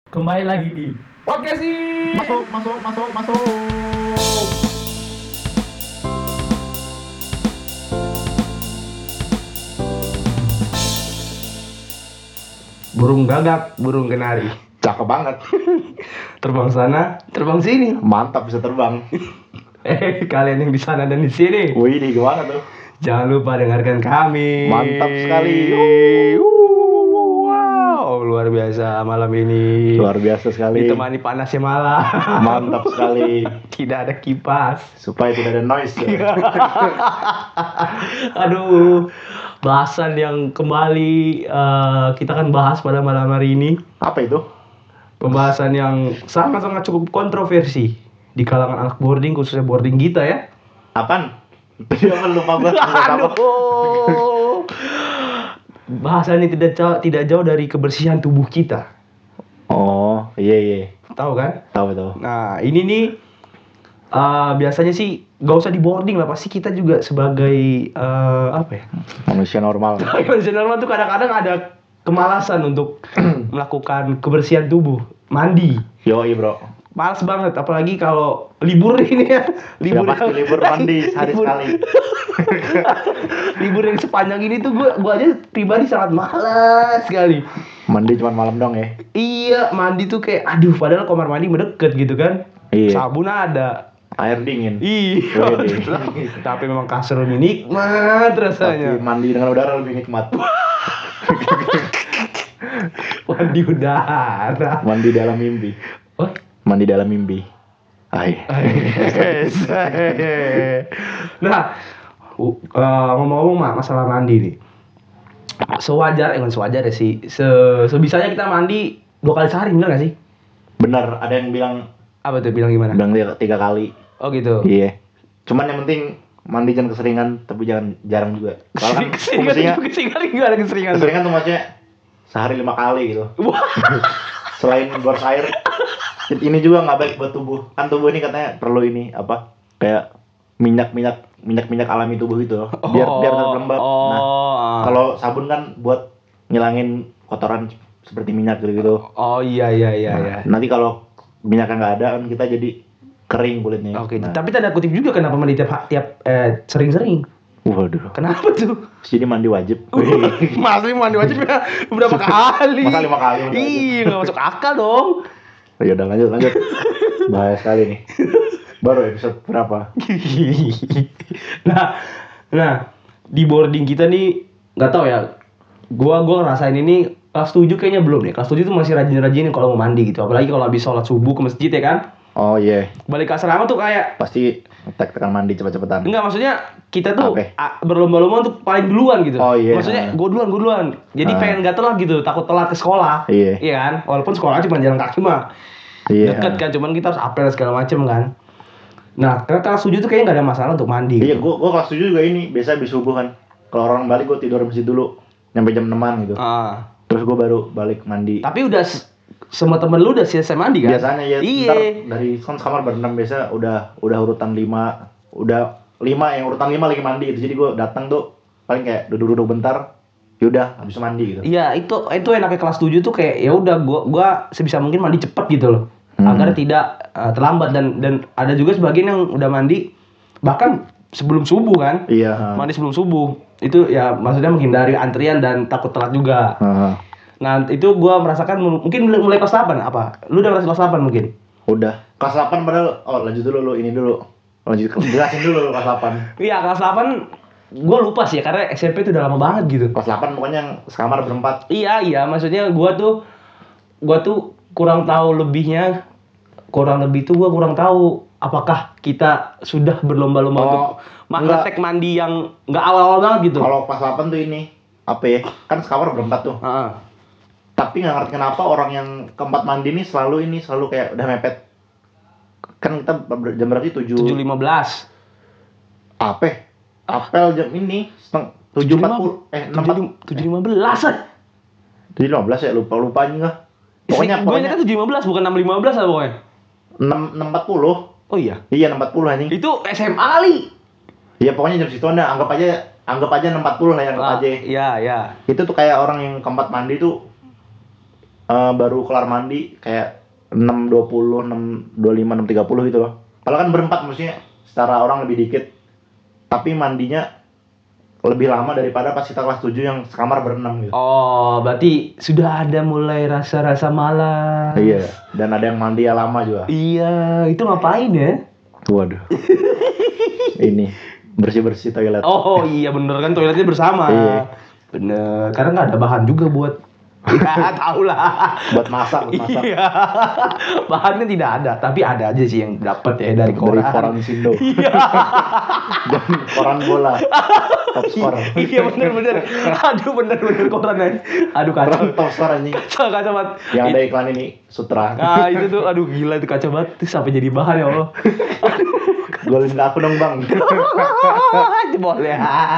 Kembali lagi di podcast sih. Masuk, masuk, masuk, masuk. Burung gagak, burung kenari. Cakep banget. Terbang sana, terbang sini. Mantap bisa terbang. Kalian yang di sana dan di sini, Wih, ini gimana tuh? jangan lupa dengarkan kami. Mantap sekali. Wow, luar biasa malam ini. Luar biasa sekali. Ditemani panasnya malam. Mantap sekali. Tidak ada kipas. Supaya tidak ada noise. Ya. Aduh, bahasan yang kembali kita akan bahas pada malam hari ini. Apa itu? Pembahasan yang sangat-sangat cukup kontroversi di kalangan anak boarding, khususnya boarding kita ya. Apaan? Jangan lupa gua. Aduh. Bahasan ini tidak jauh dari kebersihan tubuh kita. Oh, iya. Tahu kan? Tahu. Nah, ini nih biasanya sih gak usah di boarding lah, pasti kita juga sebagai apa ya? Manusia normal. Manusia normal tuh kadang-kadang ada kemalasan untuk melakukan kebersihan tubuh, mandi. Yoi, bro. Males banget, apalagi kalau libur ini ya. Ya pasti libur mandi sehari sekali. Libur yang sepanjang ini tuh gua aja pribadi sangat malas sekali. Mandi cuma malam dong ya. Iya, mandi tuh kayak aduh, padahal kamar mandi mendekat gitu kan. Iya. Sabun ada. Air dingin. Iya. Wede. Tapi memang kasur lebih nikmat rasanya. Tapi mandi dengan udara lebih nikmat. Mandi udara. Mandi dalam mimpi. Oh, Mandi dalam mimpi. Ay. Nah, ngomong-ngomong masalah mandi nih. Bukan sewajar ya sih. Sebisanya kita mandi 2 kali sehari, bener gak sih? Bener, ada yang bilang Apa tuh, bilang gimana? 3 kali. Oh gitu. Iya. Cuman yang penting mandi jangan keseringan, tapi jangan jarang juga. Soalnya kan Keseringan gimana keseringan? keseringan tuh maksudnya sehari 5 kali gitu. Wah. Selain boros air, ini juga nggak baik buat tubuh. Kan tubuh ini katanya perlu ini apa? Kayak minyak alami tubuh gitu loh. Biar tetap lembab. Nah, kalau sabun kan buat ngilangin kotoran seperti minyak gitu. Oh iya. Nanti kalau minyaknya nggak ada kan kita jadi kering kulitnya. Oke, Nah, tapi tanda kutip juga kenapa mandi tiap sering-sering? waduh. Kenapa tuh? Jadi mandi wajib. Masih mandi wajib ya berapa kali? Masa 5 kali mandi wajib? Iya, nggak masuk akal dong. Oh, ya udah lanjut. Bahaya sekali nih. Baru episode berapa? nah, di boarding kita nih nggak tahu ya. Gua ngerasain ini kelas 7 kayaknya belum nih. Kelas 7 tuh masih rajin-rajin kalau mau mandi gitu. Apalagi kalau habis sholat subuh ke masjid ya kan. Oh iya. Balik ke asrama tuh kayak Pasti tekan mandi cepet-cepetan. enggak, maksudnya kita tuh Oke. berlomba-lomba untuk paling duluan gitu. Oh, iya. Maksudnya gue duluan. Jadi pengen gak telat gitu, takut telat ke sekolah. Iya. Iya kan? Walaupun sekolah cuma jalan kaki mah. Iya. Deket kan, cuman kita harus apel segala macem kan. Nah, karena kelas 7 tuh kayaknya gak ada masalah untuk mandi Iya, gitu. gua kelas 7 juga ini biasa habis subuh kan. Kalau orang balik gua tidur masjid dulu nyampe jam 6-an gitu. Terus gua baru balik mandi. Tapi udah semua temen lu udah selesai mandi kan? Biasanya ya Iya. ntar dari kan kamar berenam biasa udah urutan 5, udah 5 yang urutan 5 lagi mandi gitu. Jadi gua datang tuh paling kayak duduk bentar, yaudah habis mandi gitu. Iya, itu enaknya kelas 7 tuh kayak ya udah gua sebisa mungkin mandi cepet gitu loh. Agar tidak terlambat dan ada juga sebagian yang udah mandi bahkan sebelum subuh kan. Iya. Mandi sebelum subuh. Itu ya maksudnya menghindari antrian dan takut telat juga. Nah, itu gua merasakan mungkin mulai kelas 8 apa? Lu udah kelas 8 mungkin? Udah. Kelas 8 padahal lanjut dulu lu ini dulu. Jelasin dulu kelas 8. Iya, kelas 8 gua lupa sih ya, karena SMP itu udah lama banget gitu. Kelas 8 pokoknya yang sekamar berempat. Iya, maksudnya gua tuh kurang tahu lebihnya. Kurang tahu apakah kita sudah berlomba-lomba untuk praktek mandi yang nggak awal-awal banget gitu. Kalau kelas 8 tuh ini apa ya? Kan sekamar berempat tuh. Tapi nggak ngerti kenapa orang yang keempat mandi nih selalu kayak udah mepet. Kan kita jam berapa sih? 7.15. Apa? Apel jam ini 7.40 7.15 an. 7.15 ya lupa nggak? Pokoknya Gue ingatnya 7.15 bukan 6.15 lah pokoknya. 6.40. Oh iya. Iya 6.40 anjing. Itu SMA kali. Iya pokoknya jam situ anda anggap aja 6.40 lah ya anggap aja. Iya. Itu tuh kayak orang yang keempat mandi tuh baru kelar mandi kayak 6.20, 6.25, 6.30 gitu loh. Kalau kan berempat maksudnya secara orang lebih dikit. Tapi mandinya lebih lama daripada pas kita kelas 7 yang sekamar berenam gitu. Oh, berarti sudah ada mulai rasa-rasa malas. Iya, dan ada yang mandi ya lama juga. Iya, itu ngapain ya? Waduh. Ini bersih-bersih toilet. Oh iya bener kan toiletnya bersama. Iya. Bener, karena nggak ada bahan juga buat. Ya tahu lah. Buat masak. Iya. Bahannya tidak ada, tapi ada aja sih yang dapat ya dari koran. Dari koran Sindo. Iya. Dan koran bola. Top score. Iya bener. Aduh bener koran aja. Aduh kacau. Koran top score anjing. Kacau banget. Yang ada iklan ini Sutra. Nah itu tuh, aduh gila itu kacau banget. Terus sampai jadi bahan ya Allah. Golin ke aku dong bang. Boleh.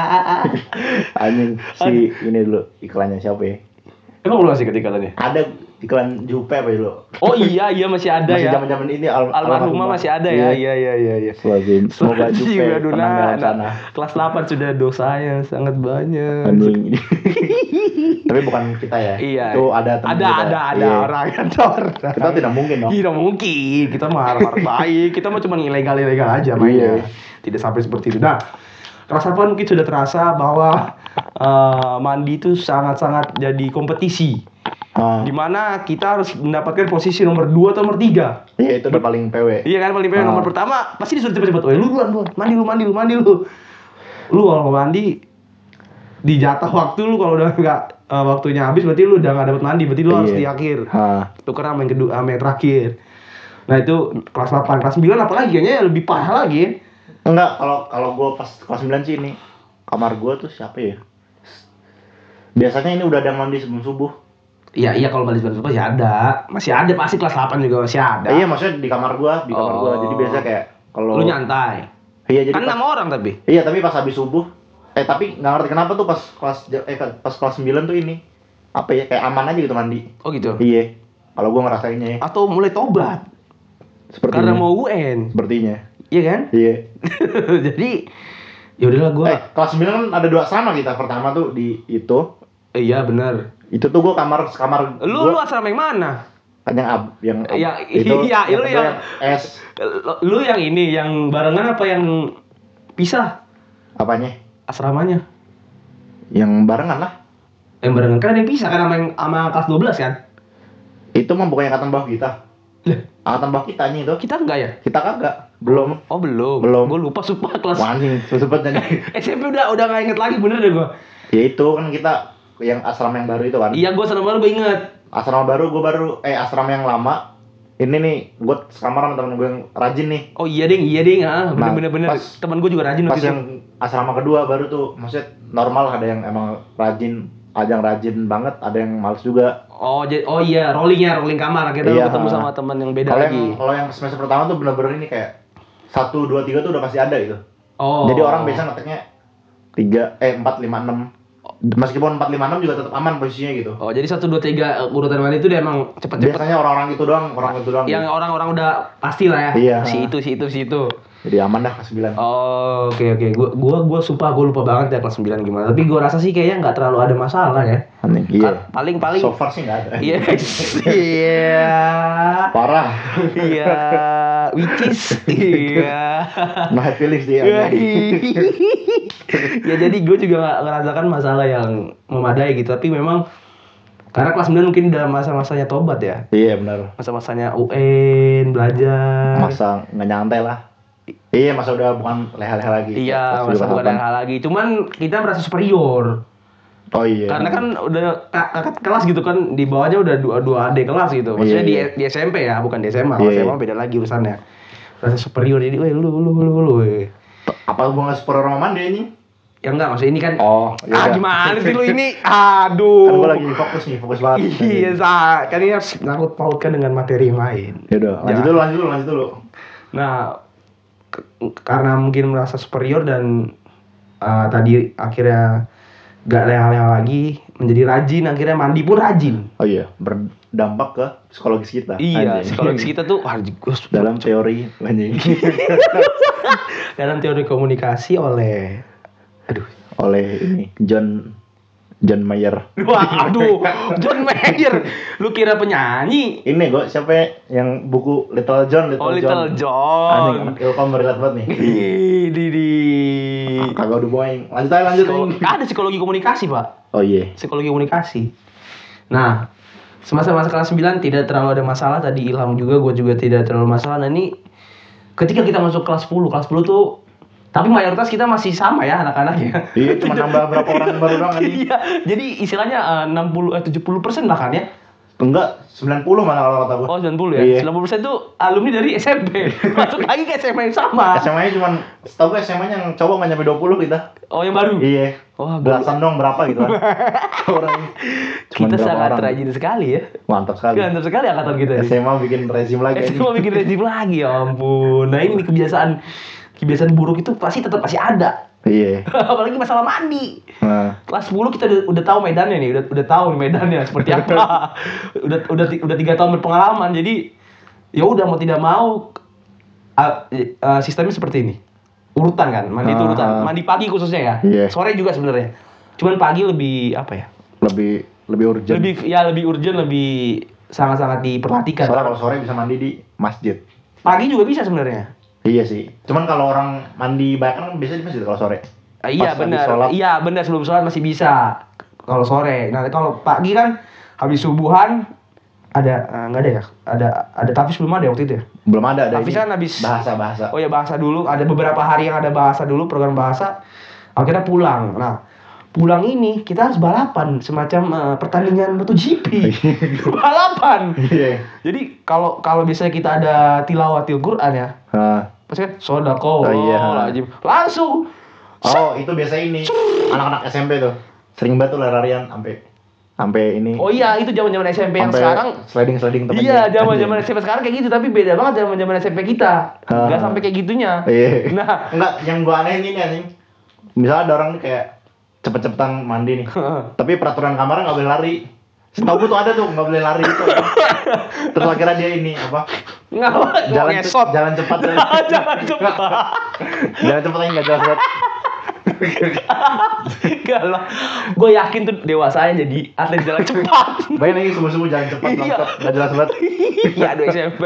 Anjing si ini dulu iklannya siapa ya? Emang lu masih ketinggalannya? Ada iklan Jupe apa dulu? Oh iya masih ada masih ya. zaman-zaman ini Almarhumah masih ada ya. Iya. Semoga Jupe tenang dalam sana. Kelas 8 sudah dosanya sangat banyak. Anjing. Tapi bukan kita ya. Iya. Itu ada teman kita. Ada orang yang Kita tidak mungkin dong. Tidak mungkin. Kita mah orang baik. Kita mah cuma ilegal aja mainnya. Iya. Tidak sampai seperti itu. Nah, kelas 8 mungkin sudah terasa bahwa mandi itu sangat-sangat jadi kompetisi. Dimana kita harus mendapatkan posisi nomor 2 atau nomor 3. Iya itu udah paling PW. Iya kan paling PW nomor pertama pasti disuruh cepet-cepet. Lu duluan mandi lu. Lu kalau mau mandi dijatah waktu lu kalau udah nggak waktunya habis berarti lu udah nggak dapat mandi, berarti lu harus di akhir. Tuker sama yang kedua sama yang terakhir. Nah itu kelas 8, kelas 9 apalagi kayaknya lebih parah lagi. Enggak, kalau gua pas kelas 9 sih ini kamar gua tuh siapa ya? Biasanya ini udah ada mandi sebelum subuh. Iya kalau mandi sebelum subuh masih ada pasti kelas 8 juga masih ada. Iya maksudnya di kamar gua. Jadi biasa kayak kalau lu nyantai. Iya jadi kan 6 orang tapi. Iya tapi pas habis subuh tapi nggak ngerti kenapa tuh pas kelas 9 tuh ini apa ya kayak aman aja gitu mandi. Oh gitu. Iya. Kalau gua ngerasainnya ya. Atau mulai tobat. Sepertinya. Karena mau UN. Sepertinya. Iya kan? Iya. Jadi ya udahlah gua. Kelas 9 kan ada 2 asrama kita. Pertama tuh di itu. Iya benar. Itu tuh gua kamar Lu asrama yang mana? Kan yang itu iya, lu yang S. Lu yang ini yang barengan apa yang pisah? Apanya? Asramanya. Yang barengan lah. Yang barengan kan ada yang pisah kan sama kelas 12 kan? Itu mah bukannya angkatan bawah kita. Angkatan bawah kita nih itu. Kita enggak ya? Kita kagak. Belum. Oh, belum. Gue lupa sumpah kelas. Anjing, cepet-cepet nih. SMP udah enggak inget lagi bener deh gua. Ya itu kan kita yang asrama yang baru itu kan. Iya, gua asrama baru gue inget. Asrama baru gue baru asrama yang lama. Ini nih, gue sekamar sama temen gue yang rajin nih. Oh iya ding. Bener. Temen gue juga rajin. Pas yang asrama kedua baru tuh, maksudnya normal ada yang emang rajin, ada yang rajin banget, ada yang males juga. Oh iya, rolling kamar. Kita ketemu sama teman yang beda lagi. Kalau yang semester pertama tuh bener-bener ini kayak 1, 2, 3 tuh udah pasti ada gitu. Oh. Jadi orang biasa ngeteknya 4, 5, 6. Meskipun 4, 5, 6 juga tetap aman posisinya gitu. Oh, jadi 1, 2, 3 urutan mana itu dia emang cepet-cepet. Biasanya orang itu doang. Yang gitu. orang-orang udah pasti lah ya. Iya. Si itu. Jadi aman dah kelas 9. Oh, oke. Gua sumpah gue lupa banget ya kelas 9 gimana. Tapi gua rasa sih kayaknya nggak terlalu ada masalah ya. Aneh, iya. Paling So far sih nggak ada. Iya. Iya. Parah. Iya. Which is iya. No hard feelings dia. Ya jadi gue juga nggak ngerasakan masalah yang memadai gitu. Tapi memang karena kelas 9 mungkin udah masa-masanya tobat ya. Iya benar. Masa-masanya UN, belajar. Masa nggak nyantai lah. Iya masa udah bukan leha-leha lagi. Iya masa bukan leha lagi. Cuman kita merasa superior. Oh iya. Karena kan udah kakak kelas gitu kan, di bawahnya udah dua adik kelas gitu. Maksudnya di SMP ya, bukan di SMA. Kalau SMA beda lagi urusannya. Rasa superior jadi, weh lu. Apa hubungan superior sama Mandi ini? Ya enggak, maksudnya ini kan. Oh, iya. Gimana sih lu ini? Aduh. Kan gua lagi fokus banget. Iya, kan ini harus nyangkut pautkan dengan materi yang lain. Ya udah, lanjut dulu. Nah, karena mungkin merasa superior dan tadi akhirnya gak leha-leha lagi, menjadi rajin, akhirnya mandi pun rajin. Oh iya, berdampak ke psikologis kita. Iya, psikologis kita tuh dalam teori dalam teori komunikasi oleh ini John John Mayer. Wah, aduh, John Mayer. Lu kira penyanyi? Ini gue siapa yang buku Little John, Little John. Anjing, anak ilkom berlihat banget nih. Di. Kagak udah boing. Lanjut. Ada psikologi komunikasi, Pak. Oh iya. Psikologi komunikasi. Nah, semasa kelas 9 tidak terlalu ada masalah. Tadi Ilham juga, gue juga tidak terlalu masalah. Nah, ini ketika kita masuk kelas 10 tuh tapi mayoritas kita masih sama ya anak-anaknya. Iya, cuma nambah berapa orang baru doang nih. Iya, jadi istilahnya 70% bahkan ya. Enggak, 90 mana kalau kata gue. Oh, 90 ya. Iya. 90% itu alumni dari SMP. Masuk lagi ke SMA yang sama. SMA-nya cuma setahu gue SMA-nya yang cowok enggak nyampe 20 kita. Oh, yang baru. Iya. Wah, belasan dong berapa gitu kan. Orang kita sangat rajin sekali ya. Mantap sekali. Mantap sekali angkatan kita ini. SMA bikin rezim lagi. SMA bikin rezim lagi, ya ampun. Nah, ini kebiasaan buruk itu pasti tetap masih ada. Iya. Apalagi masalah mandi. Nah. Kelas 10 kita udah tahu medannya nih, udah tahu medannya seperti apa. udah 3 tahun berpengalaman. Jadi ya udah mau tidak mau sistemnya seperti ini. Urutan kan, mandi itu urutan. Mandi pagi khususnya ya. Yeah. Sore juga sebenarnya. Cuman pagi lebih apa ya? Lebih urgent. Lebih urgent, lebih sangat-sangat diperhatikan. Soalnya kalau sore bisa mandi di masjid. Pagi juga bisa sebenarnya. Iya sih. Cuman kalau orang mandi banyak kan biasanya di masjid kalau sore. Iya benar. Iya benar, sebelum sholat masih bisa. Kalau sore. Nah kalau pagi kan habis subuhan ada nggak ada ya? Ada tahfiz belum ada waktu itu ya? Belum ada. Tahfiz kan habis bahasa. Oh ya bahasa dulu. Ada beberapa hari yang ada bahasa dulu, program bahasa. Akhirnya pulang. Nah pulang ini kita harus balapan, semacam pertandingan MotoGP. Balapan. Iya. Jadi kalau biasanya kita ada tilawatil Quran ya. Pasti kan sodako. Langsung. Oh, itu biasa ini. Anak-anak SMP tuh. Sering banget tuh lari-larian sampai ini. Oh iya, itu zaman-zaman SMP yang sekarang sliding temen. Iya, zaman-zaman SMP sekarang kayak gitu, tapi beda banget zaman-zaman SMP kita. Enggak sampai kayak gitunya. Iya. Nah, enggak, yang gua anehin ini anjing. Misalnya ada orang nih kayak cepet-cepetan mandi nih. Tapi peraturan kamar nggak boleh lari. Setahu gue tuh ada tuh nggak boleh lari itu. Terus akhirnya dia ini apa? Jalan cepat. Jalan cepat aja nggak jelas banget. Enggak lah. Gue yakin tuh dewasanya jadi atlet jalan cepat. Bayangin lagi subuh-subuh jalan cepat langsung nggak jelas banget. Iya, aduh SMP.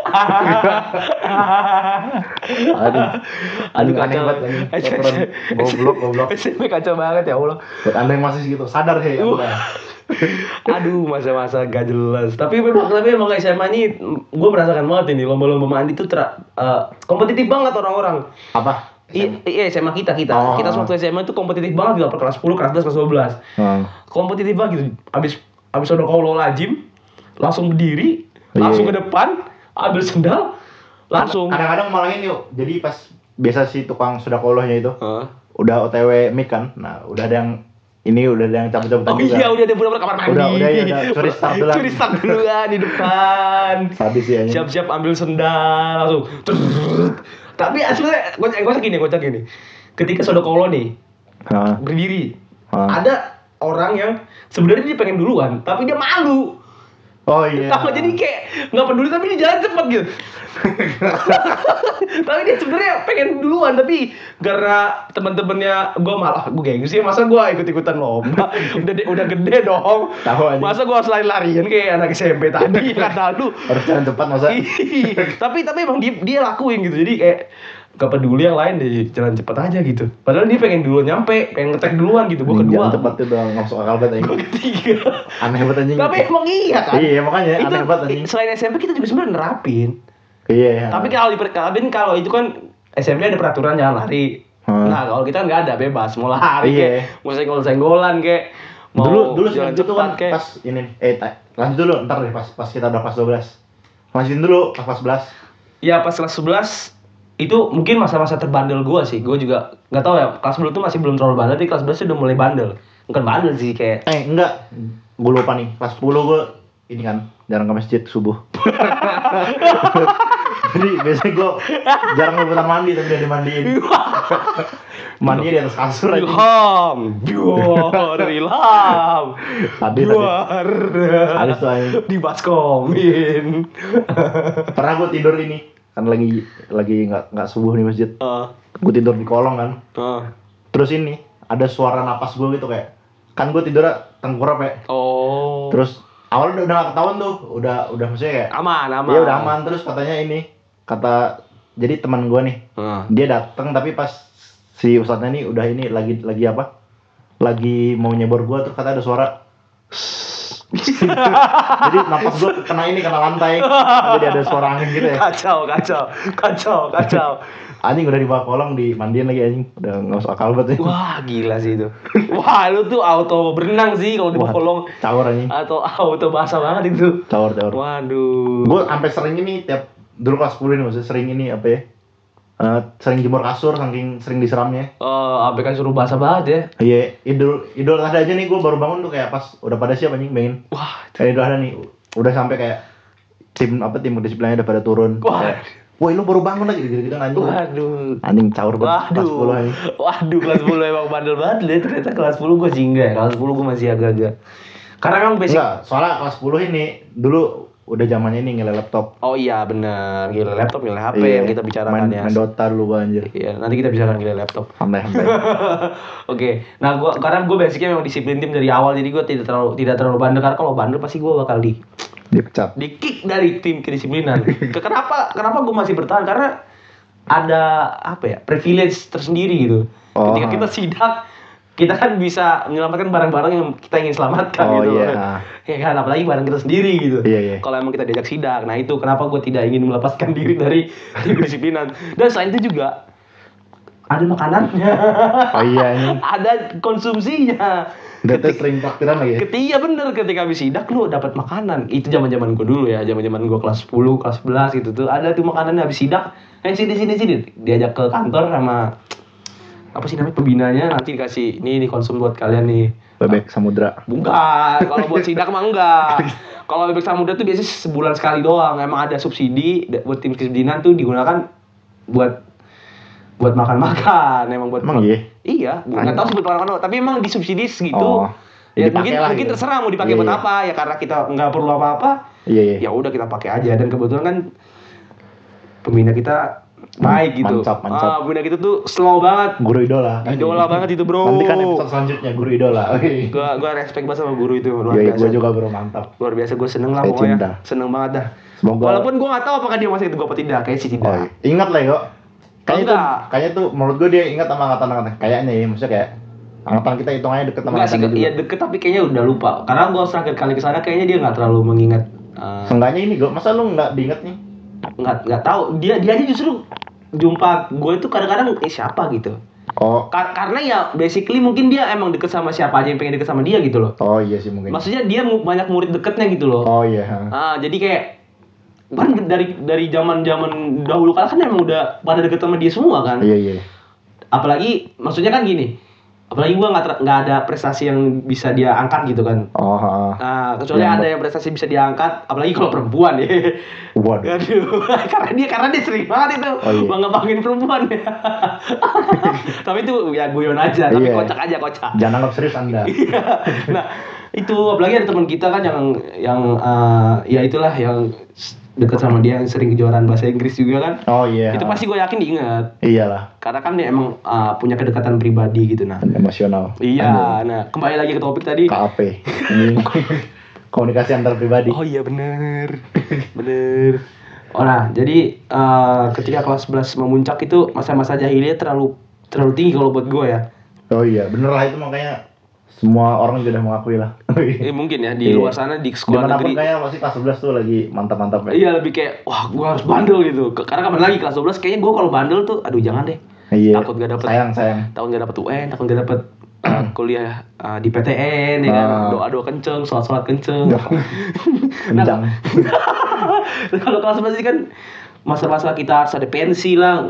Aduh kacau banget lagi. Goblok. SMP kacau banget ya Allah. Buat Anda yang masih segitu, sadar sih. Aduh, masa-masa gak jelas. Tapi memang SMA ini gue merasakan banget ini lomba-lomba mandi tuh kompetitif banget orang-orang. Apa? Iya, SMA kita. Kita waktu SMA itu kompetitif banget gitu, kelas 10, kelas 11, kelas 12. Kompetitif banget gitu. Abis udah kaulo lajim, langsung berdiri, langsung ke depan, ambil sendal, langsung. Kadang-kadang malah ini yuk. Jadi pas biasa si tukang sodakolohnya itu udah OTW mic kan. Nah, udah ada yang cabut-cabutan juga. Oh iya, udah ada beberapa kamar mandi. Udah curi start duluan di depan. Sadis sih anjing. Siap-siap ambil sendal langsung. Tapi sebenarnya kocak gini. Ketika sodakolo nih berdiri, ada orang yang sebenarnya dia pengen duluan, tapi dia malu. Oh iya. Jadi kayak nggak peduli tapi dia jalan cepet gitu. Tapi dia sebenarnya pengen duluan, tapi karena teman-temannya gue gengsi, masa gue ikut-ikutan lomba. udah gede dong. Tahu aja. Masa gue harus lari-larian kayak anak SMP tadi kata lu. Harus jalan cepat masa. tapi emang dia lakuin gitu. Jadi kayak gak peduli yang lain deh, jalan cepet aja gitu. Padahal dia pengen duluan nyampe, pengen ngetek duluan gitu. Gue kedua. Jalan cepat tuh udah nggak masuk akal banget anjing. Gue ketiga. Aneh banget anjing. Tapi emang iya kan. Iya makanya itu, aneh banget anjing. Selain SMP kita juga sebenarnya nerapin. Iya. Tapi kalau itu kan SMP ada peraturan jangan lari. Nah kalau kita nggak ada, bebas mau lari kayak mau senggol-senggolan kayak mau dulu jalan cepat kan kayak pas ini lanjut dulu ntar deh pas kita udah kelas 12. Lanjutin dulu pas 11. Ya pas kelas 11 itu mungkin masa-masa terbandel gue sih. Gue juga nggak tahu ya, kelas 10 tuh masih belum terlalu bandel, tapi kelas 11 udah mulai bandel. Bukan bandel sih kayak. Enggak. Gue lupa nih. Kelas 10 gue ini kan jarang ke masjid subuh. Jadi biasanya gue jarang rebutan mandi tapi udah dimandiin. Mandi di atas kasur aja. Ilham. Tadi. Habis tuh aja. Dibaskomin. Pernah gue tidur ini. Kan lagi nggak subuh di masjid. Gue tidur di kolong kan. Terus ini ada suara napas gue gitu kayak kan gue tidurnya tengkurap ya. Oh. Terus awalnya udah gak ketahuan tuh, udah maksudnya kayak Aman. iya udah aman. Terus katanya kata jadi teman gue nih, dia datang tapi pas si ustadznya nih udah lagi apa? Lagi mau nyebor gue, terus kata ada suara. Jadi napas gue kena lantai, jadi ada suara angin gitu ya. Kacau. Anjing udah dibawa kolong, dimandiin lagi anjing, udah nggak masuk akal banget. Wah gila sih itu. Wah lu tuh auto berenang sih kalau dibawa kolong. Caur anjing. Atau auto basah banget itu. Caur. Waduh. Gue sampai sering ini tiap dulu kelas 10 ini maksudnya sering ini apa ya? Sering jemur kasur saking sering disiramnya. Sampai kan suruh basah banget ya. Iya, idul ada aja nih gue baru bangun tuh kayak pas udah pada siap anjing pengen. Wah, kayak idul ada nih. Udah sampai kayak tim disiplinnya udah pada turun. Woi lu baru bangun lagi gitu anjing. Waduh. Anjing caur banget kelas 10 anjing. Waduh, kelas 10 emang bandel banget deh. Ternyata kelas 10 gue sih enggak ya. Kelas 10 gue masih agak-agak. Karena kan basic. Enggak, soalnya kelas 10 ini dulu udah zamannya ini ngele laptop. Oh iya benar, ngile laptop, ngile HP yang kita bicarakan ya. Main Dota dulu gua anjir. Iya, nanti kita bicarakan ngile laptop. Santai. Oke. Nah, karena gue basicnya memang disiplin tim dari awal, jadi gue tidak terlalu bandel, karena kalau bandel pasti gue bakal dipecat. Di-kick dari tim kedisiplinan. Kenapa gue masih bertahan? Karena ada privilege tersendiri gitu. Ketika kita sidak, kita kan bisa menyelamatkan barang-barang yang kita ingin selamatkan gitu. Iya. Ya kan, apalagi barang kita sendiri gitu. Iya. Kalau emang kita diajak sidak, nah itu kenapa gue tidak ingin melepaskan diri dari kedisiplinan. Dan selain itu juga ada makanannya. Oh iya nih. Ada konsumsinya. Data sering praktiran lagi ya? Iya bener, ketika habis sidak lu dapat makanan. Itu zaman-zaman gue dulu ya, zaman-zaman gue kelas 10, kelas 11 gitu tuh. Ada tuh makanan habis sidak. Sini. Diajak ke kantor sama apa sih namanya pembinanya, nanti dikasih ini konsum buat kalian nih. Bebek samudra. Bukan, kalau buat sidak mah enggak. Kalau bebek samudra tuh biasanya sebulan sekali doang. Emang ada subsidi buat tim kedisiplinan tuh digunakan buat makan. Emang buat Iya, enggak tahu sebut makan, tapi emang disubsidi segitu. Ya mungkin terserah mau dipakai buat apa ya, karena kita enggak perlu apa-apa. Iya. Ya udah kita pakai aja, dan kebetulan kan pembina kita baik gitu. Mantap. Pembina kita tuh slow banget. Guru idola. Idola banget itu, bro. Nanti kan episode selanjutnya guru idola. Gua respect banget sama guru itu, luar biasa. Gue juga bro, mantap. Luar biasa, gue seneng lah pokoknya. Cinta. Seneng banget dah. Semoga. Walaupun gue nggak tahu apakah dia masih ikut gue apa tidak, kayaknya sih tidak. Ingat lah yo. Kayaknya tuh menurut gue dia ingat sama angkatan. Kayaknya ya, maksudnya kayak angkatan kita hitungannya deket sama angkatan juga. Iya deket, tapi kayaknya udah lupa. Karena gue terakhir kali kesana kayaknya dia nggak terlalu mengingat. Seenggaknya ini gue, masa lu nggak diinget nih? Nggak tahu. Dia aja justru jumpa gue itu kadang-kadang siapa gitu. Karena ya basically mungkin dia emang deket sama siapa aja yang pengen deket sama dia gitu loh. Oh iya sih mungkin. Maksudnya dia banyak murid deketnya gitu loh. Oh iya. Jadi kayak kan dari zaman dahulu kala kan emang udah pada deket sama dia semua kan. Iya. Apalagi maksudnya kan gini. Apalagi gue nggak ada prestasi yang bisa dia angkat gitu kan. Nah, kecuali ada yang prestasi bisa diangkat, apalagi kalau perempuan ya. Waduh. Aduh, karena dia sering banget itu bangga-banggain perempuan ya. Tapi itu ya guyon aja, tapi kocak. Jangan anggap serius Anda. Nah, itu apalagi ada teman kita kan yang ya itulah yang dekat sama dia, yang sering kejuaraan bahasa Inggris juga kan. Oh iya. Itu pasti gue yakin diingat. Iyalah. Karena kan dia emang punya kedekatan pribadi gitu nah. Emosional. Iya. Nah, kembali lagi ke topik tadi. KAP. Komunikasi antar pribadi. Oh iya bener. Oh nah, jadi ketika kelas 11 memuncak itu masa-masa jahiliyah terlalu tinggi kalau buat gue ya. Oh iya, bener lah itu makanya semua orang juga udah mengakui lah. Mungkin ya di luar sana di sekolah negeri. Dimanapun kayaknya pasti kelas 11 tuh lagi mantap-mantap ya. Iya, lebih kayak wah gue harus bandel gitu. Karena kapan lagi kelas 12 kayaknya gue kalau bandel tuh aduh jangan deh. Iya. Takut gak dapet. Sayang. Takut gak dapet UN, takut gak dapet kuliah di PTN ya kan. Doa kenceng, sholat kenceng. Kencang. Kalau kelas 11 kan masa-masa kita harus ada pensi lah,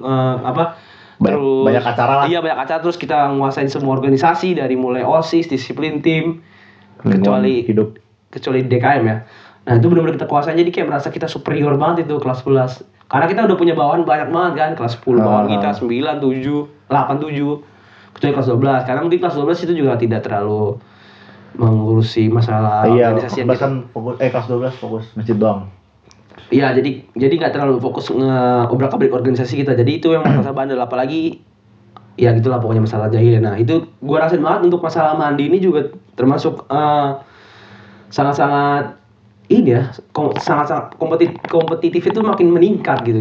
terus banyak acara lah. Iya banyak acara, terus kita nguasain semua organisasi dari mulai OSIS, disiplin tim, kecuali DKM ya. Nah itu benar-benar kita kuasain, jadi kayak merasa kita superior banget itu kelas 11. Karena kita udah punya bawahan banyak banget kan, kelas 10 bawahan kita 9, 7, 8, 7. Kecuali kelas 12, karena mungkin kelas 12 itu juga tidak terlalu mengurusi masalah organisasi. Iya, kan kelas 12 fokus masjid doang. Iya, jadi nggak terlalu fokus nge-obrak-abrik organisasi kita. Jadi itu yang masa bandel, apalagi ya gitulah pokoknya masalah jahil. Nah itu gue rasain banget untuk masalah mandi ini juga termasuk sangat-sangat ini ya, sangat-sangat kompetitif itu makin meningkat gitu,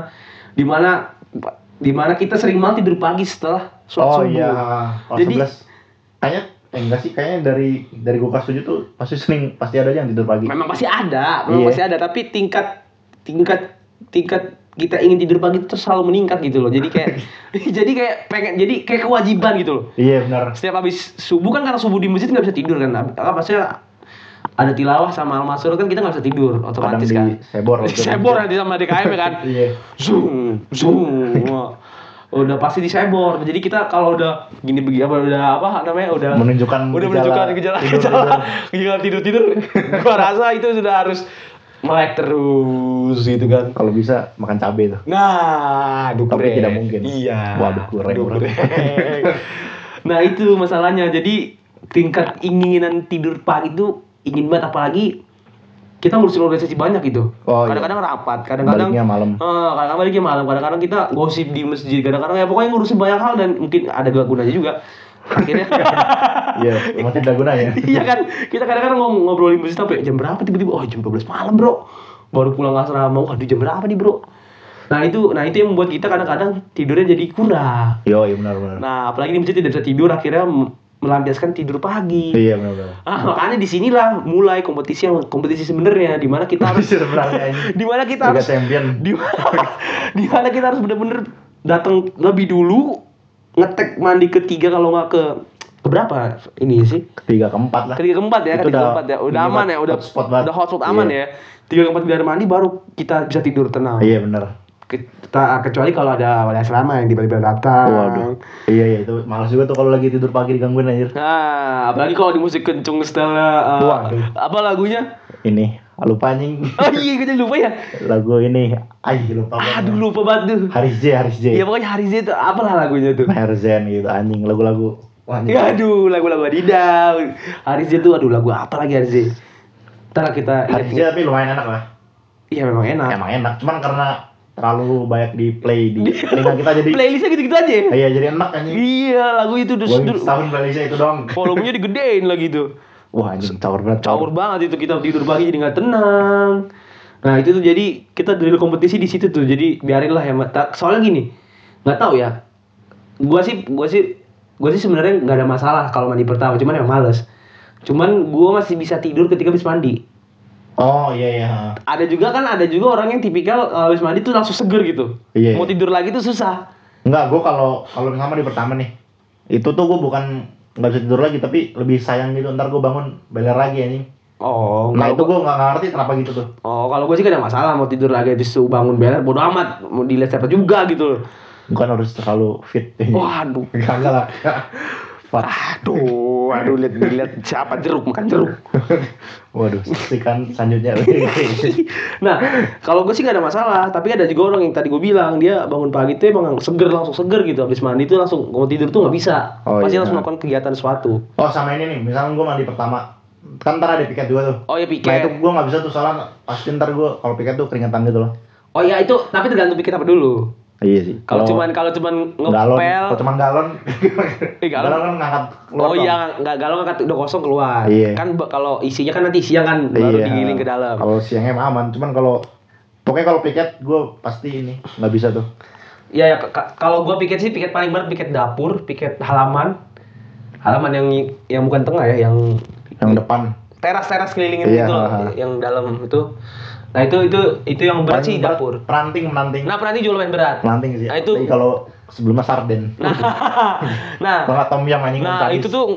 dimana kita sering banget tidur pagi setelah sholat subuh. Iya. Jadi 11 kayaknya enggak sih, kayaknya dari gua kelas 7 tuh pasti ada aja yang tidur pagi. memang pasti ada, tapi tingkat kita ingin tidur pagi itu selalu meningkat gitu loh. Jadi kayak jadi kayak kewajiban gitu loh. Iya benar. Setiap habis subuh kan, karena subuh di masjid nggak bisa tidur kan. Maksudnya ada tilawah sama al-masur kan, kita nggak bisa tidur otomatis kan. Sebor nanti sama DKM kan. Iya. Zoom. Udah pasti disebor. Jadi kita kalau udah gini udah menunjukkan gejala tidur. Gua rasa itu sudah harus melek terus gitu kan. Kalau bisa makan cabai tuh. Nah, tapi tidak mungkin. Iya. Waduh, goreng. Nah, itu masalahnya. Jadi tingkat inginan tidur pagi itu ingin banget, apalagi kita ngurusin organisasi banyak gitu. Kadang-kadang rapat, kadang-kadang baliknya malam, kadang-kadang kita gosip di masjid, kadang-kadang ya pokoknya ngurusin banyak hal dan mungkin ada gak gunanya juga. Akhirnya iya, emang tidak gunanya. Iya kan, kita kadang-kadang ngobrolin masjid sampai jam berapa, tiba-tiba jam 12 malam bro, baru pulang asrama, waduh jam berapa nih bro. Nah itu yang membuat kita kadang-kadang tidurnya jadi kurang. Iya benar. Nah apalagi di masjid tidak bisa tidur, akhirnya melampiaskan tidur pagi. Iya benar. Makanya di sinilah mulai kompetisi sebenarnya, di mana kita harus dimana kita harus benar-benar datang lebih dulu, ngetek mandi ketiga, kalau nggak ke berapa ini sih? Ketiga keempat ya. Udah aman ya, udah hotspot aman ya. 3 ke 4 biar mandi baru kita bisa tidur tenang. Iya benar. Kecuali kalau ada wali asrama yang tiba-tiba datang. Waduh. Iya itu malas juga tuh kalau lagi tidur pagi digangguin anjir. Nah, apalagi kalau di musik kencung setelah apa lagunya? Ini lupa anjing. Oh iya, gue jadi lupa ya. Lagu ini, lupa banget. Aduh, lupa banget tuh. Haris J. Iya pokoknya Haris J itu apalah lagunya tuh. Herzen gitu anjing, lagu-lagu. Aduh, lagu-lagu Adidas. Haris J tuh, lagu apa lagi Haris J? Ntar kita Haris J tapi lumayan enak lah. Iya memang enak. Cuman karena terlalu banyak di play di telinga kita jadi playlistnya gitu-gitu aja. Iya jadi enak anjing. Iya lagu itu setahun playlistnya itu doang. Volumenya digedein lagi tuh. Wah anjing caur banget itu, kita tidur pagi jadi nggak tenang. Nah itu tuh jadi kita drill kompetisi di situ tuh, jadi biarinlah ya. Soalnya gini, nggak tahu ya. Gua sih sebenarnya nggak ada masalah kalau mandi pertama, cuman emang males. Cuman gua masih bisa tidur ketika habis mandi. Oh iya. Ada juga orang yang tipikal habis mandi tuh langsung seger gitu. Iya. Mau tidur lagi tuh susah. Enggak, gue kalau misalnya di pertama nih, itu tuh gue bukan nggak bisa tidur lagi, tapi lebih sayang gitu, ntar gue bangun beler lagi anjing. Oh. Nah itu gue nggak ngerti kenapa gitu tuh. Oh kalau gue sih gak ada masalah mau tidur lagi terus bangun beler, bodo amat, mau dilihat siapa juga gitu. Bukan harus terlalu fit. Waduh. Enggak lah. Aduh, lihat siapa makan jeruk. Waduh, saksikan selanjutnya. Nah, kalau gue sih gak ada masalah, tapi ada juga orang yang tadi gue bilang, dia bangun pagi tuh emang langsung seger gitu, habis mandi tuh langsung mau tidur tuh nggak bisa. Pasti langsung melakukan kegiatan sesuatu. Oh, sama ini nih, misalnya gue mandi pertama, kan ntar ada piket juga tuh. Oh ya piket. Nah itu gue nggak bisa tuh, soalnya pasti ntar gue kalau piket tuh keringetan gitu loh. Oh iya itu, tapi tergantung piket apa dulu. Iya sih. Kalau cuman ngepel, kalau cuman galon kan ngangkat keluar. Oh iya, enggak galon ngangkat udah kosong keluar. Iya. Kan kalau isinya kan nanti siang kan baru digiling ke dalam. Kalau siangnya emang aman, cuman pokoknya kalau piket gue pasti ini nggak bisa tuh. Iya ya, kalau gue piket sih, piket paling berat piket dapur, piket halaman yang bukan tengah ya, yang depan. Teras kelilingin gitu loh, yang dalam itu. Nah itu yang berat sih dapur. Peranting. Nah peranting juga lumayan berat. Peranting sih. Nah itu kalau sebelumnya sarden. Nah. Kalau tom yum anjing. Nah itu tuh.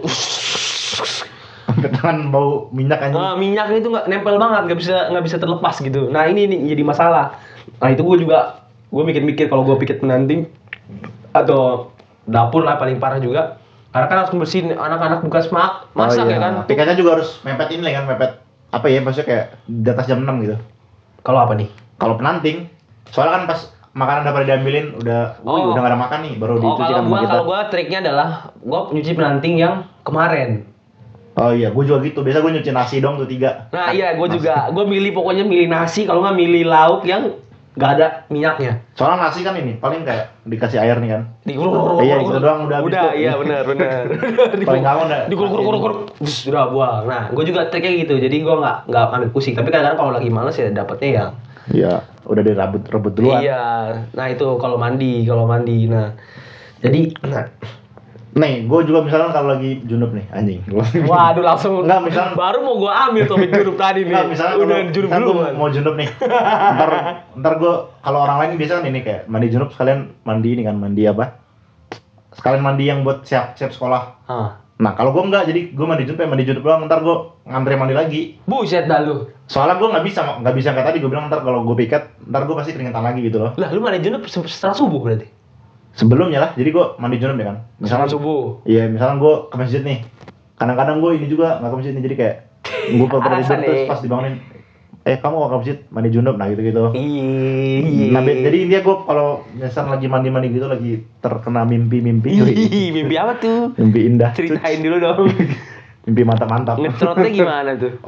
Tangan bau minyak anjing. Nah minyaknya itu nggak nempel banget, nggak bisa terlepas gitu. Nah ini jadi masalah. Nah itu gue mikir kalau gue piket penanting atau dapur lah paling parah juga. Karena kan harus bersihin anak-anak bekas masak ya kan. Piketnya juga harus mepet ini kan, mepet apa ya, maksudnya kayak di atas jam 6 gitu. Kalau apa nih? Kalau penanting, soalnya kan pas makanan udah pada diambilin, udah gak ada makan nih, baru dicuci kan sama kita. Kalau gua triknya adalah gua nyuci penanting yang kemarin. Oh iya, gua juga gitu. Biasa gua nyuci nasi dong tuh 3. Nah iya, gua juga. Gua pokoknya milih nasi, kalau nggak milih lauk yang nggak ada minyaknya. Soalnya nasi kan ini paling kayak dikasih air nih kan. Iya gitu doang udah habis. Udah, iya benar. Paling gampang udah. Dikuruk, udah buang. Nah, gue juga triknya gitu. Jadi gue nggak ambil pusing. Tapi kadang-kadang kalau lagi males ya dapetnya yang. Iya, udah direbut duluan. Iya, nah itu kalau mandi. Nah, jadi, nih, gue juga misalnya kalau lagi junub nih, anjing. Waduh, langsung. Enggak, misalnya baru mau gue ambil topik junub tadi nih. Enggak, misalnya udah junub dulu. Mau junub nih. ntar gue kalau orang lain biasa kan ini kayak mandi junub sekalian mandi ini kan, mandi apa? Sekalian mandi yang buat siap sekolah. Nah, kalau gue enggak, jadi gue mandi junub doang, ntar gue ngantri mandi lagi. Buset dah lu. Soalnya gue nggak bisa kayak tadi gue bilang ntar kalau gue piket, ntar gue pasti keringetan lagi gitu loh. Lah, lu mandi junub setelah subuh berarti? Sebelumnya lah, jadi gue mandi junub ya kan. Misalnya subuh. Iya, misalnya gue ke masjid nih. Kadang-kadang gue ini juga nggak ke masjid nih, jadi kayak gue pernah tidur terus pas dibangunin, kamu mau ke masjid mandi junub, nah gitu. Iya. Nah, jadi intinya gue kalau misalnya lagi mandi gitu lagi terkena mimpi. Mimpi apa tuh? Mimpi indah. Ceritain dulu dong. Mimpi mantap. Ngetrotnya gimana tuh?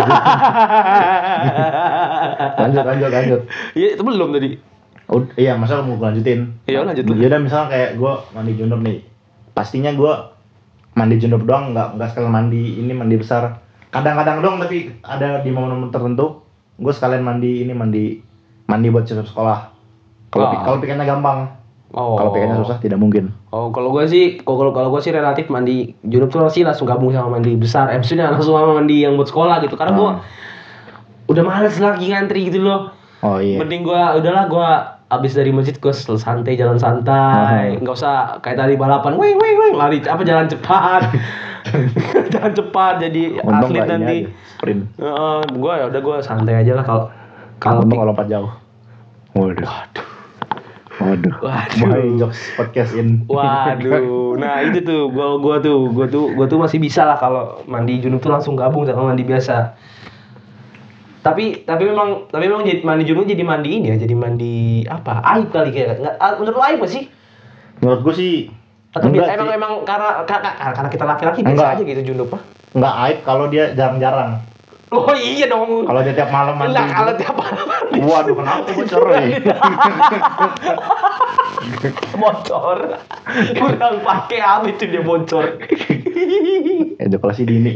Astagfirullahaladzim. Lanjut. Iya, itu belum tadi. Oh, iya, masa mau lanjutin? Iya, lanjut lah. Ya udah, misalnya kayak gue mandi junub nih. Pastinya gue mandi junub doang, nggak sekalian mandi besar. Kadang-kadang doang, tapi ada di momen-momen tertentu gue sekalian mandi buat siap sekolah. Kalau pikirnya gampang. Kalau pikirnya susah tidak mungkin. Kalau gue sih relatif mandi junub tuh sih langsung gabung sama mandi besar. Maksudnya langsung sama mandi yang buat sekolah gitu. Karena gue udah males lagi ngantri gitu loh. Oh iya. Mending gue abis dari masjid gue santai, jalan santai, nggak usah kayak tadi balapan, weng, lari apa jalan cepat, jadi untung atlet nanti. Sprint. Gue santai aja lah kalau lompat jauh. Waduh. My jokes podcast in. Waduh. Nah itu tuh, gue tuh masih bisa lah kalau mandi junub tuh langsung gabung sama mandi biasa. Tapi memang jadi mandi junub jadi mandi ini ya, jadi mandi apa? Aib kali kayak. Enggak, menurut lo aib sih? Menurut gue sih atau emang karena kita laki-laki biasa aja gitu junub mah. Enggak aib kalau dia jarang-jarang. Oh iya dong. Kalau dia tiap malam mandi. Lah kalau tiap malam mandi. Waduh, kenapa bocor nih? Bocor. Kurang pakai apa itu dia bocor. Ejakulasi dini.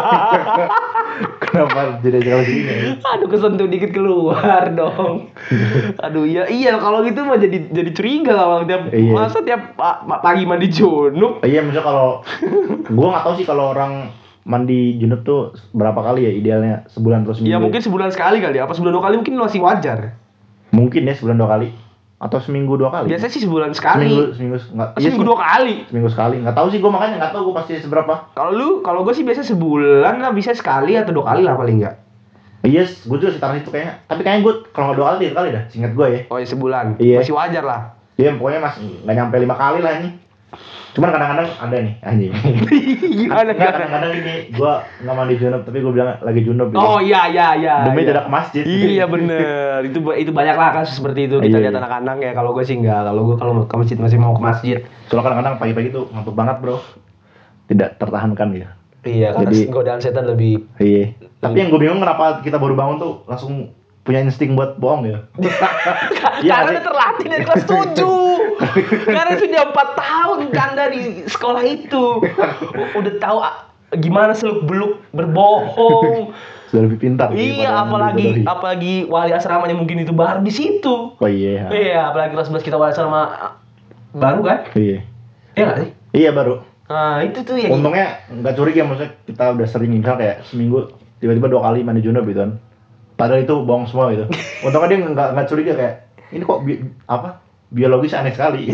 Kenapa jadi ejakulasi dini? Aduh, kesentuh dikit keluar dong. Aduh, iya kalau gitu mah jadi curiga kalau tiap masa tiap pagi mandi junub. Iya, misalnya kalau gua enggak tahu sih kalau orang mandi junub tuh berapa kali ya idealnya, sebulan atau seminggu? Ya mungkin sebulan sekali kali, apa sebulan 2 kali mungkin masih wajar. Mungkin ya sebulan 2 kali atau seminggu 2 kali. Biasanya sih sebulan sekali. Seminggu enggak. Seminggu 2 kali. Seminggu sekali. Enggak tahu sih gue, makanya enggak tahu gue pasti seberapa. Kalau gue sih biasa sebulan lah, bisa sekali atau 2 kali lah paling enggak. Yes, gue juga sekitar itu kayaknya. Tapi kayaknya gue kalau enggak 2 kali 3 kali dah, seingat gue ya. Oh ya sebulan. Iya. Masih wajar lah. Iya, pokoknya masih enggak nyampe 5 kali lah ini. Cuman kadang-kadang ada nih anjing. Gimana? Kadang-kadang ini gua enggak mandi junub tapi gua bilang lagi junub gitu. Oh iya. Demi tidak ke masjid. Iya bener. itu banyak lah kasus seperti itu kita lihat anak-anak ya. Kalau gue sih enggak. Kalau gue kalau ke masjid masih mau ke masjid. Soalnya kadang-kadang pagi-pagi tuh ngantuk banget, Bro. Tidak tertahankan gitu. Iya, karena godaan setan lebih. Iya. Tapi yang gue bingung kenapa kita baru bangun tuh langsung punya insting buat bohong ya. Karena terlatih dari kelas 7. Karena sudah 4 tahun kan dari sekolah itu. Udah tahu gimana seluk-beluk berbohong. Sudah lebih pintar. Iya, apalagi wali asramanya mungkin itu baru di situ. Oh iya. Iya, apalagi kelas 11 kita wali asrama baru kan? Iya. Iya enggak sih? Iya, baru. Nah, itu tuh ya. Untungnya enggak curiga, maksudnya kita udah sering misal kayak seminggu tiba-tiba 2 kali mandi junub gitu kan. Padahal itu bohong semua gitu. Untungnya dia enggak curiga kayak ini kok biologis aneh sekali.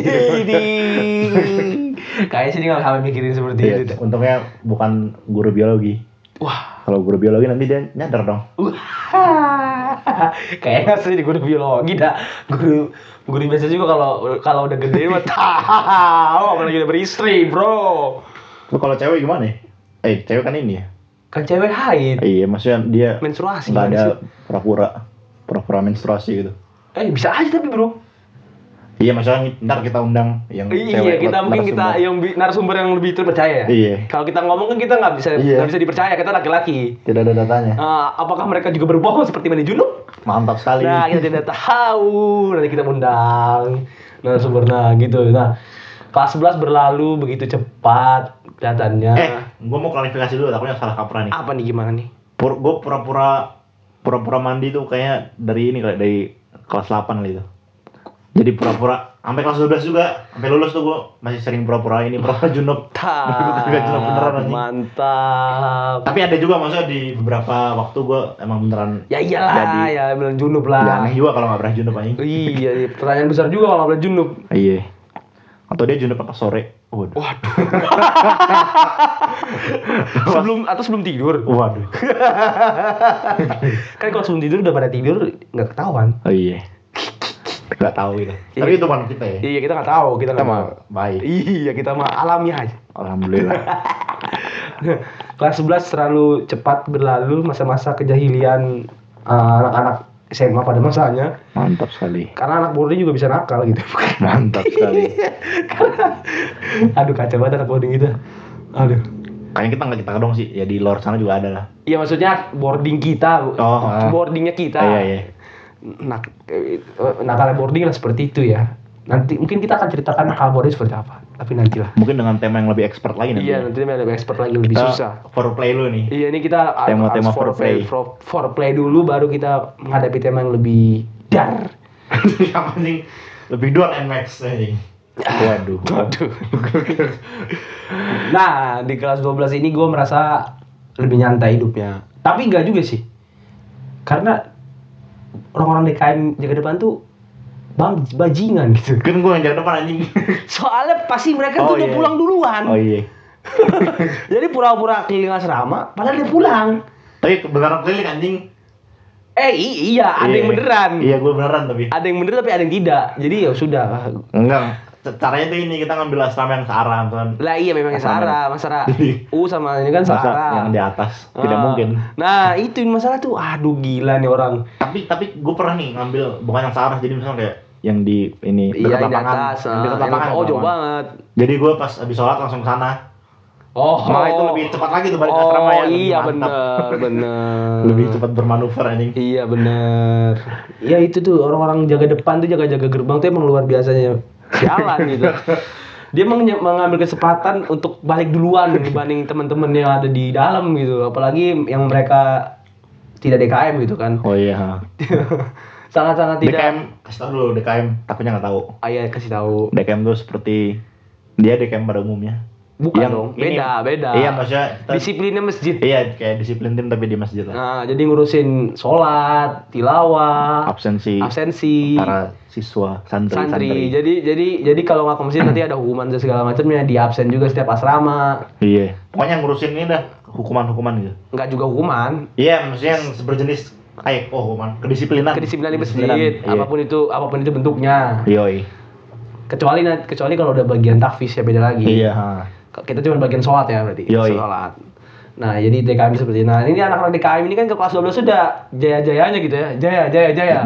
Kayaknya sih dia nggak sampai mikirin seperti itu. Untungnya bukan guru biologi. Wah, kalau guru biologi nanti dia nyadar dong. Kayaknya sih di guru biologi dah. Guru biasa juga kalau udah gede mah tahu apalagi udah beristri, bro. Lu kalau cewek gimana ya? Cewek kan ini ya. Kan cewek haid. Iya, maksudnya dia menstruasi. Nggak ada pura-pura menstruasi gitu. Bisa aja tapi bro. Iya, maksudnya ntar kita undang yang Iya, kita mungkin kita yang narasumber yang lebih terpercaya ya. Iya. Kalau kita ngomong kan kita nggak bisa dipercaya, kita laki-laki. Tidak ada datanya. Apakah mereka juga berbohong seperti Mani Junub? Mantap sekali. Nah, kita tidak tahu. Nanti kita undang narasumber gitu. Nah, kelas 11 berlalu begitu cepat kelihatannya. Gue mau klarifikasi dulu, takutnya salah kaprah nih. Apa nih, gimana nih? Gue pura-pura mandi tuh kayaknya dari kelas 8 gitu. Jadi pura-pura sampai kelas 12 juga, sampai lulus tuh gue masih sering pura-pura junub. Junub beneran anjing. Mantap. Tapi ada juga maksudnya di beberapa waktu gue emang beneran. Ya iyalah, ya beneran junub lah. Ya aneh juga kalau nggak pernah junub anjing. Iya, pertanyaan besar juga kalau nggak pernah junub. Iya. Atau dia junub apa sore? Waduh. sebelum tidur. Waduh. Kan kalau sebelum tidur udah pada tidur nggak ketahuan. Oh iya. Nggak tahu itu. Tapi itu mana kita ya? Iya, kita nggak tahu. Kita mah baik. Iya, kita mah alami aja. Alhamdulillah. Kelas 11 terlalu cepat berlalu, masa-masa kejahilian anak-anak SMA pada masanya. Mantap sekali. Karena anak boarding juga bisa nakal gitu. Mantap sekali. Aduh, kacau banget anak boarding itu. Aduh. Kayaknya kita dong sih. Ya di luar sana juga ada lah. Iya, maksudnya boarding kita. Boardingnya kita. Iya. Nakal boarding lah seperti itu ya. Nanti mungkin kita akan ceritakan nakal boarding seperti apa. Tapi nantilah. Mungkin dengan tema yang lebih expert lagi nanti. Iya, nanti lebih expert lagi, lebih susah. Foreplay lu nih. Iya, ini kita tema foreplay. Foreplay dulu, baru kita menghadapi tema yang lebih dar. Yang penting lebih door and max anjing. Waduh. Nah, di kelas 12 ini gue merasa lebih nyantai hidupnya. Tapi enggak juga sih. Karena orang-orang DKM jaga depan tuh bajingan gitu. Kan gue yang jaga depan anjing. Soalnya pasti mereka tuh udah pulang duluan. Oh iya. Jadi pura-pura keliling asrama, padahal dia pulang. Tapi beneran keliling anjing. Iya, ada yang beneran. Iya, gue beneran tapi. Ada yang bener tapi ada yang tidak. Jadi ya sudah. Enggak. Caranya tuh ini, kita ngambil asrama yang searah kan. Lah iya, memang yang searah, masalah sama ini kan searah. Yang di atas, tidak mungkin. Nah, itu masalah tuh, aduh gila nih orang. Tapi gue pernah nih ngambil bukan yang searah, jadi misalnya kayak yang di ini dekat lapangan. Dekat lapangan. Oh, jauh banget. Jadi gue pas habis sholat langsung ke sana. Malah itu lebih cepat lagi tuh balik asrama ya. Iya, bener. Lebih cepat bermanuver anjing. Iya, bener. Ya itu tuh orang-orang jaga depan tuh, jaga-jaga gerbang tuh emang luar biasanya. Jalan gitu. Dia mengambil kesempatan untuk balik duluan dibanding teman-teman yang ada di dalam gitu. Apalagi yang mereka tidak DKM gitu kan. Oh iya. Sangat-sangat tidak. DKM, kasih tau dulu DKM, takutnya nggak tahu. Iya, kasih tahu. DKM tuh seperti dia DKM pada umumnya. Bukan yang dong, beda. Iya, maksudnya disiplinnya masjid. Iya, kayak disiplin tim tapi di masjid lah. Nah, jadi ngurusin sholat, tilawah, absensi para siswa santri. Jadi kalau nggak ke masjid nanti ada hukuman dan segala macamnya, di absen juga setiap asrama. Iya. Pokoknya ngurusin ini dah hukuman gitu. Enggak juga hukuman. Iya, maksudnya yang berjenis hukuman, kedisiplinan di masjid, iya. apapun itu bentuknya. Yoi. Kecuali kalau udah bagian tahfiz ya beda lagi. Iya. Kita cuma bagian sholat ya berarti. Yoi. Sholat. Nah, jadi DKM seperti ini. Nah, ini anak-anak DKM ini kan ke kelas 12 sudah jaya-jayanya gitu ya. Jaya.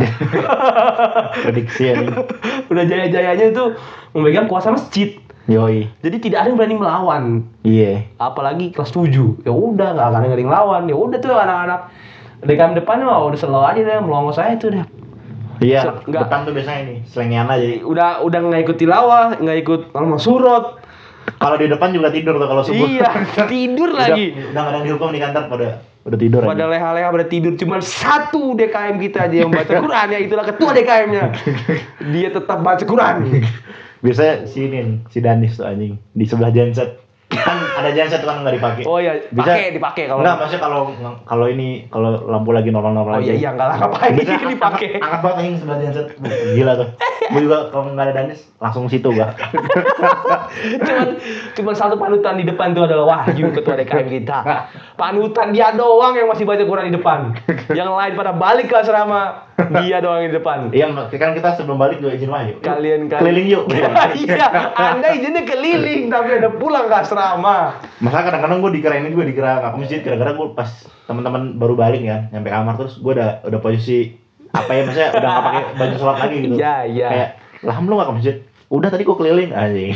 Prediksi ya nih. Udah jaya-jayanya itu memegang kuasa masjid. Yoi. Jadi tidak ada yang berani melawan. Iya. Apalagi kelas 7. Ya udah enggak akan ada yang ngelawan. Ya udah tuh anak-anak DKM depan mah udah selalu aja deh melongos saya itu deh. Iya, depan tuh biasanya nih, selengean aja. Udah enggak ikut tilawah, enggak ikut alma surut. Kalau di depan juga tidur tuh kalau subuh. Iya, tidur lagi. Udah nggak ada yang dihukum di kantor pada tidur aja. Pada leha-leha pada tidur, cuman satu DKM kita aja yang baca Quran, ya itulah ketua DKM-nya. Dia tetap baca Quran. Biasanya si Danis tuh anjing di sebelah genset. Kan ada genset kan nggak dipakai. Oh iya, dipakai kalau. Enggak, maksudnya kalau lampu lagi normal-normal aja. Oh iya, enggak lah, ngapain dipakai. Angkat banget anjing sebelah genset. Gila tuh. Gue juga kalau nggak ada Danis langsung situ gua. cuman satu panutan di depan tuh adalah Wahyu, ketua DKM kita. Panutan dia doang yang masih baca Quran di depan. Yang lain pada balik ke asrama, dia doang yang di depan. Iya, kan kita sebelum balik juga izin Wahyu. Kalian keliling yuk. Iya, Anda izinnya keliling tapi ada pulang ke asrama. Masalah kadang-kadang gue dikira nggak ke masjid, kadang-kadang gue pas teman-teman baru balik ya, nyampe kamar terus gue udah posisi apa ya, maksudnya udah nggak pakai baju sholat lagi gitu. Iya. Kayak Lah lu nggak ke masjid? Udah tadi gua keliling anjing.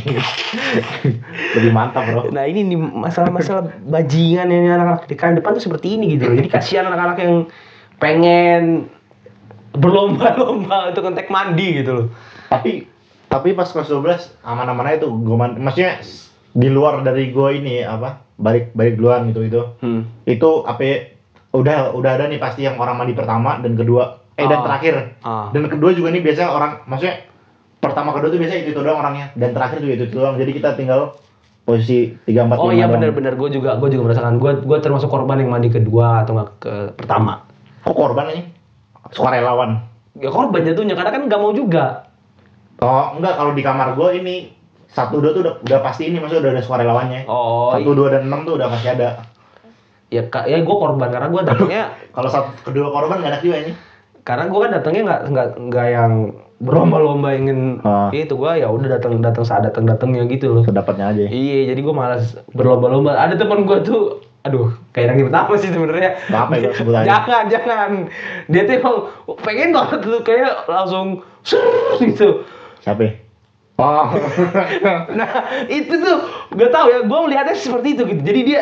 Lebih mantap bro. Nah ini nih masalah-masalah bajingan yang anak-anak di kan depan tuh seperti ini gitu loh. Jadi kasihan anak-anak yang pengen berlomba-lomba untuk kontak mandi gitu loh. Tapi pas kelas 12 aman-aman aja tuh gua maksudnya di luar dari gua ini apa? Balik duluan gitu. Itu apa ya, udah ada nih pasti yang orang mandi pertama dan kedua dan terakhir. Dan kedua juga nih biasanya orang maksudnya pertama kedua tuh biasanya itu doang orangnya dan terakhir juga itu doang. Jadi kita tinggal posisi 3 4 5. Oh iya benar gue juga merasakan gue termasuk korban yang mandi kedua atau enggak ke pertama. Kok korban ini? Sukarelawan. Ya korban jatuhnya karena kan enggak mau juga. Oh, enggak, kalau di kamar gue ini 1 2 tuh udah pasti ini maksudnya udah ada sukarelawannya. 1 2 dan 6 tuh udah pasti ada. Ya gue korban karena gue datangnya kalau kedua korban enggak ada juga ini. Karena gue kan datangnya nggak yang berlomba-lomba ingin itu, gue ya udah datang datangnya gitu loh. Sedapatnya aja. Iya, jadi gue malas berlomba-lomba. Ada teman gue tuh, aduh, kayak yang pertama sih sebenarnya. Apa ya sebut aja? Jangan. Dia tuh emang pengen banget tuh kayak langsung gitu. Siapa? Oh. Nah, itu tuh gak tahu ya, gue melihatnya seperti itu gitu. Jadi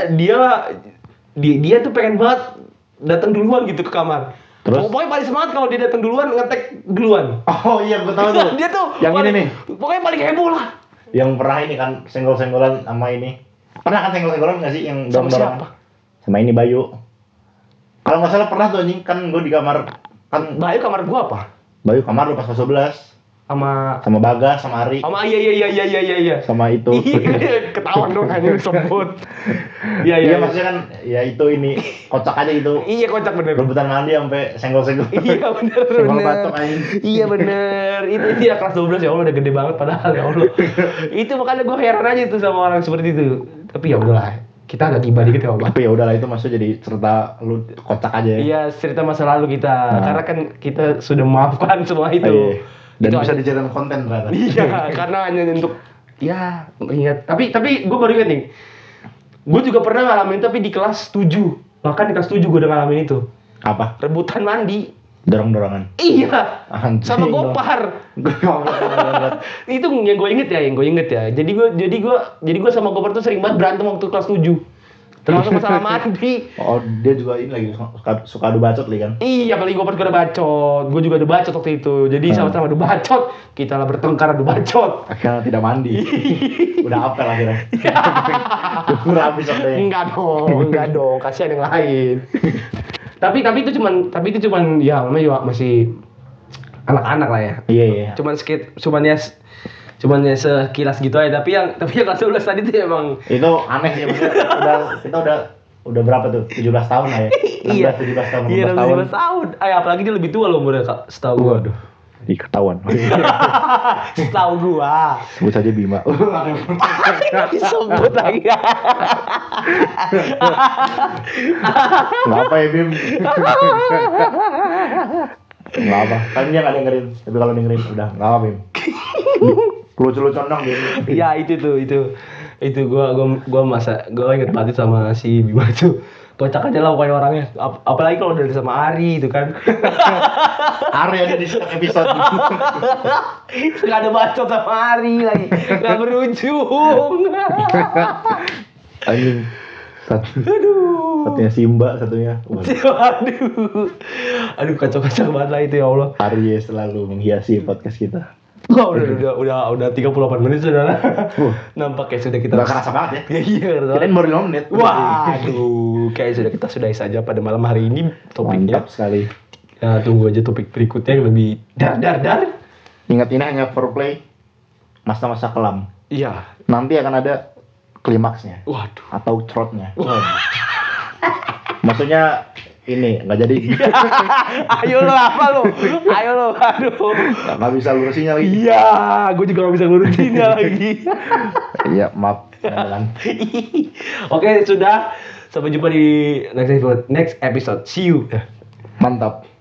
dia tuh pengen banget datang duluan gitu ke kamar. Terus? Pokoknya paling semangat kalau dia datang duluan, ngetek duluan. Oh iya, gue tahu tuh. Dia tuh yang paling, ini nih. Pokoknya paling heboh lah. Yang pernah ini kan senggol-senggolan sama ini. Pernah kan senggol-senggolan nggak sih yang sama siapa? Sama ini Bayu. Kalau nggak salah pernah tuh anjing, kan gue di kamar kan. Bayu kamar gua apa? Bayu kamar lu pas 11. Sama Bagas, sama Ari. Sama iya. Sama itu. Ketahuan dong anjing sebut. Iya, maksudnya kan ya itu ini kocak aja gitu. Iya, kocak bener. Rebutan mandi sampai senggol-senggol. Iya bener. Iya bener. Itu dia kelas 12 ya Allah, udah gede banget padahal ya Allah. Itu makanya gue heran aja tuh sama orang seperti itu. Tapi ya udahlah, kita agak gibah dikit ya Allah. Tapi ya udahlah, itu maksudnya jadi cerita lu kocak aja ya. Iya, cerita masa lalu kita. Karena kan kita sudah memaafkan semua itu. Dan itu bisa dijadikan konten ternyata. Iya, karena hanya untuk ya ingat. Tapi gue baru ingat nih. Gue juga pernah ngalamin tapi di kelas 7. Bahkan di kelas 7 gue udah ngalamin itu. Apa? Rebutan mandi. Dorong-dorongan. Iya. Sama gopar. Itu yang gue inget ya. Jadi gue sama gopar tuh sering banget berantem waktu kelas 7. Termasuk masalah mandi. Oh, dia juga ini lagi suka adu bacot lagi kan? Iya, paling gopar juga ada bacot. Gue juga ada bacot waktu itu. Jadi sama-sama adu bacot. Kita lah bertengkar adu bacot. Akhirnya tidak mandi. Udah apel akhirnya. Udah habis sampai. Enggak dong. Kasihan yang lain. Tapi itu cuman ya namanya juga masih anak-anak lah ya. Iya. Cuman ya sekilas gitu aja, tapi yang kelas 12 tadi tuh emang itu aneh sih, maksudnya kita udah berapa tuh? 17 tahun lah ya. 16, 17 tahun, 17 tahun. Apalagi dia lebih tua loh umurnya, setahu gua. Waduh. Ketahuan. Setahu gua. Sebut saja Bima. Disebut lagi. Ngapa ya Bim? Nggak apa, kan dia nggak dengerin. Tapi kalau dengerin udah nggak apa Bim. Lucu-lucuan dong Bim. Iya itu gue inget banget sama si Bima itu. Kocak aja lah pokoknya orangnya. Apalagi kalau udah sama Ari itu kan. Ari ada di setiap episode. Gak ada bacot sama Ari lagi. Gak berujung. Anjing. Satunya Simba, satunya. Aduh kacau-kacau banget lah itu ya Allah. Ari selalu menghiasi podcast kita. Oh, udah 38 menit sudah. Nampak kayak sudah kita. Udah kerasa banget ya. Iya, kita baru 5 menit. Waduh, kayak kita sudahi saja pada malam hari ini topiknya. Mantap sekali. Ya, tunggu aja topik berikutnya yang lebih dar. Ingat ini hanya foreplay masa-masa kelam. Iya. Nanti akan ada klimaksnya. Waduh. Atau throatnya. Maksudnya ini nggak jadi. Ayo lo apa lo? Aduh. Nggak bisa lurusinnya lagi. Iya, gue juga nggak bisa lurusinnya lagi. Iya, maaf. Oke, sudah. Sampai jumpa di next episode. See you. Mantap.